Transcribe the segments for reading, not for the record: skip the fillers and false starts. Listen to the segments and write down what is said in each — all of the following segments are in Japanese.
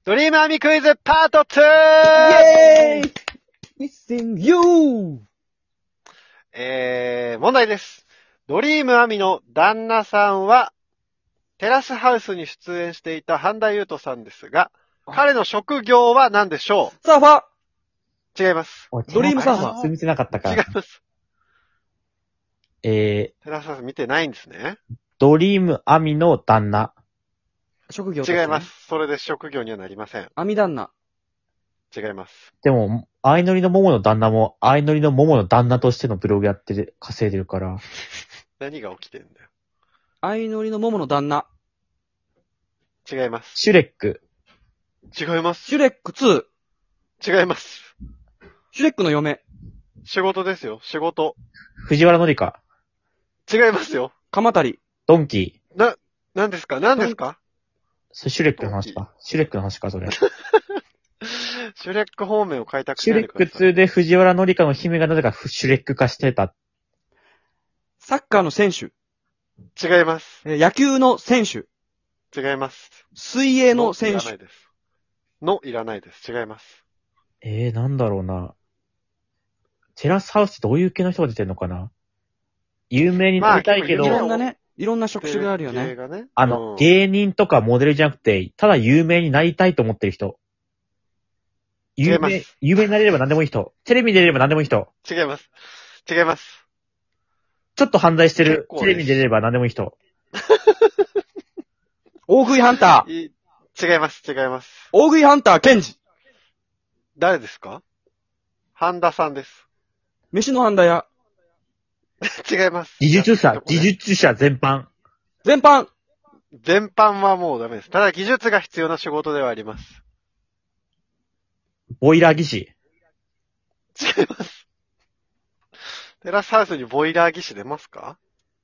ドリームアミクイズパート 2! イェーイ !Missing you! 問題です。ドリームアミの旦那さんは、テラスハウスに出演していた半田優斗さんですが、彼の職業は何でしょサーファーう？違います。 ドリームサーファー進めてなかったか。 違います。テラスハウス見てないんですね。 ドリームアミの旦那。 職業としてね違います。それで職業にはなりません。 網旦那。 違います。 でも、相乗りの桃の旦那も、相乗りの桃の旦那としてのブログやってる、稼いでるから。 何が起きてんだよ。 相乗りの桃の旦那。 違います。 シュレック。 違います。 シュレック2。 違います。 シュレックの嫁。 仕事ですよ。仕事。 藤原紀香。 違いますよ。 鎌足。 ドンキー。 何ですか？何ですか？ それシュレックの話か。シュレックの話か、それ。 シュレック方面を開拓しシュレックないでください。 2で藤原紀香の姫がなぜかシュレック化してた。 サッカーの選手。 違います。 野球の選手。 違います。 水泳の選手。 いらないです。いらないです。違います。 なんだろうな。テラスハウスってどういう系の人が出てるのかな？有名になりたいけど、 まあいろんなね、いろんな職種があるよね。 がね。 芸人とかモデルじゃなくて、ただ有名になりたいと思ってる人。 違います。 有名になれれば何でもいい人。テレビに出れれば何でもいい人。 違います。違います。 ちょっと犯罪してる。 結構ですテレビに出れれば何でもいい人。 大食いハンター。 違います。違います。 大食いハンター、ケンジ。 誰ですか？半田さんです。 飯のハンダ屋。 違います。 技術者全般。 全般。 全般はもうダメです。ただ技術が必要な仕事ではあります。 ボイラー技師。 違います。テラスハウスにボイラー技師出ますか？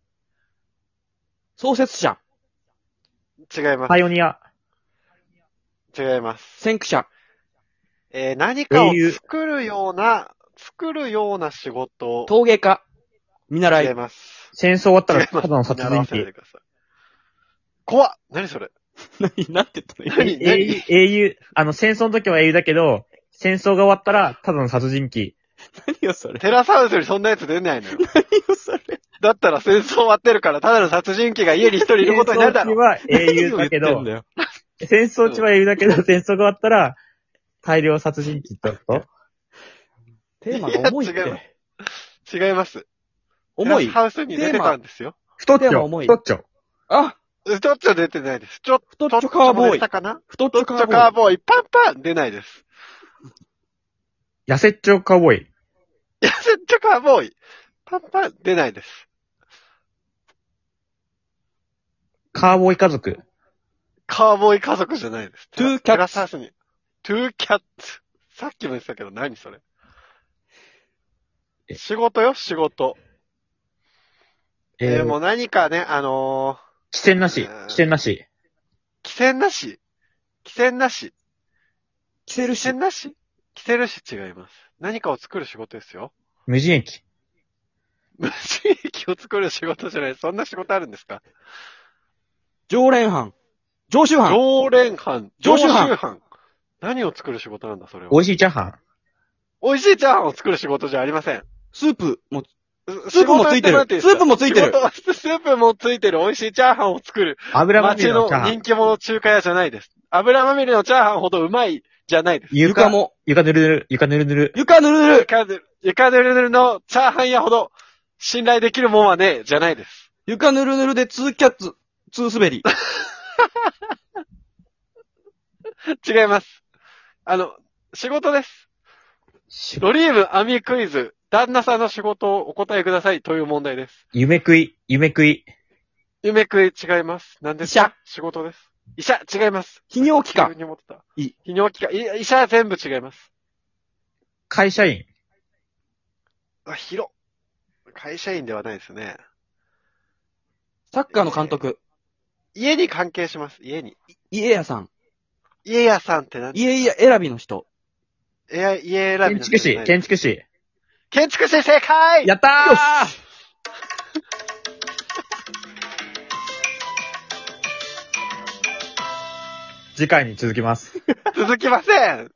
創設者。 違います。 パイオニア。 違います。 先駆者。 何かを作るような仕事。 陶芸家。見習い。 違います。 戦争終わったら違いますただの殺人習わせない鬼。 でください。怖っ！何それ？ なんて言ったの？ 何英雄、戦争の時は英雄だけど、戦争が終わったらただの殺人鬼。 何よそれ。 テラスハウスにそんなやつ出ないのよ。 何よそれ。 だったら戦争終わってるから、ただの殺人鬼が家に一人いることになるだろ。 戦争中は英雄だけど、戦争中は英雄だけど、戦争が終わったら大量殺人鬼ってこと？ テーマが重いっいやて。 違います。 重いテラス。ハウスに出てたんですよ。 太っちょ。 テーマ重い太っちょ。 あ、 太っちょ出てないです。 太っちょカーボーイ出たかな？ 太っちょカ太っちょーボーイ。 カーボーイ、パンパン出ないです。 痩せっちょカウボーイ。 痩せっちょカーボーイ、パンパン出ないです。 カーボーイ家族。 カーボーイ家族じゃないです。 トゥーキャッツテラスハウスに。トゥーキャッツ。さっきも言ってたけど何それ。仕事よ、仕事。もう何かね、 汽船なし。汽船なし。 汽船なし。汽船なし。 キセルシ汽船。なし。キセルシ違います。何かを作る仕事ですよ。 無人駅。 無人駅を作る仕事じゃない。そんな仕事あるんですか？ 常連犯。常習犯。 常連犯。 常習犯常習犯。何を作る仕事なんだ、それは。 美味しいチャーハン。 美味しいチャーハンを作る仕事じゃありません。 スープも、 スープもついてるスープもついてるスープもついてる美味しいチャーハンを作る。 油まみ街のれのチャーハン人。気者中華屋じゃないです。油まみれのチャーハンほどうまいじゃないです。 床も。 床ぬるぬる。床ぬるぬる。 床ぬるぬる。 床ぬるぬるのチャーハン屋ほど信頼できるもんはねえ、じゃないです。 床ぬるぬるでツーキャッツ、ツー滑り。 違います。仕事です。ドリームアミクイズ、旦那さんの仕事をお答えくださいという問題です。 夢食い。夢食い。 夢食い違います。何ですか？仕事です。医者違います。 泌尿器科自分。に思ってた。泌尿器科。医者は全部違います。 会社員。 広。会社員ではないですね。 サッカーの監督。 家に関係します。家に。 家屋さん。 家屋さんって何？ 家選びの人。 家選びの建築士。建築士。 建築士正解！ やったー！ よし次回に続きます。 続きません。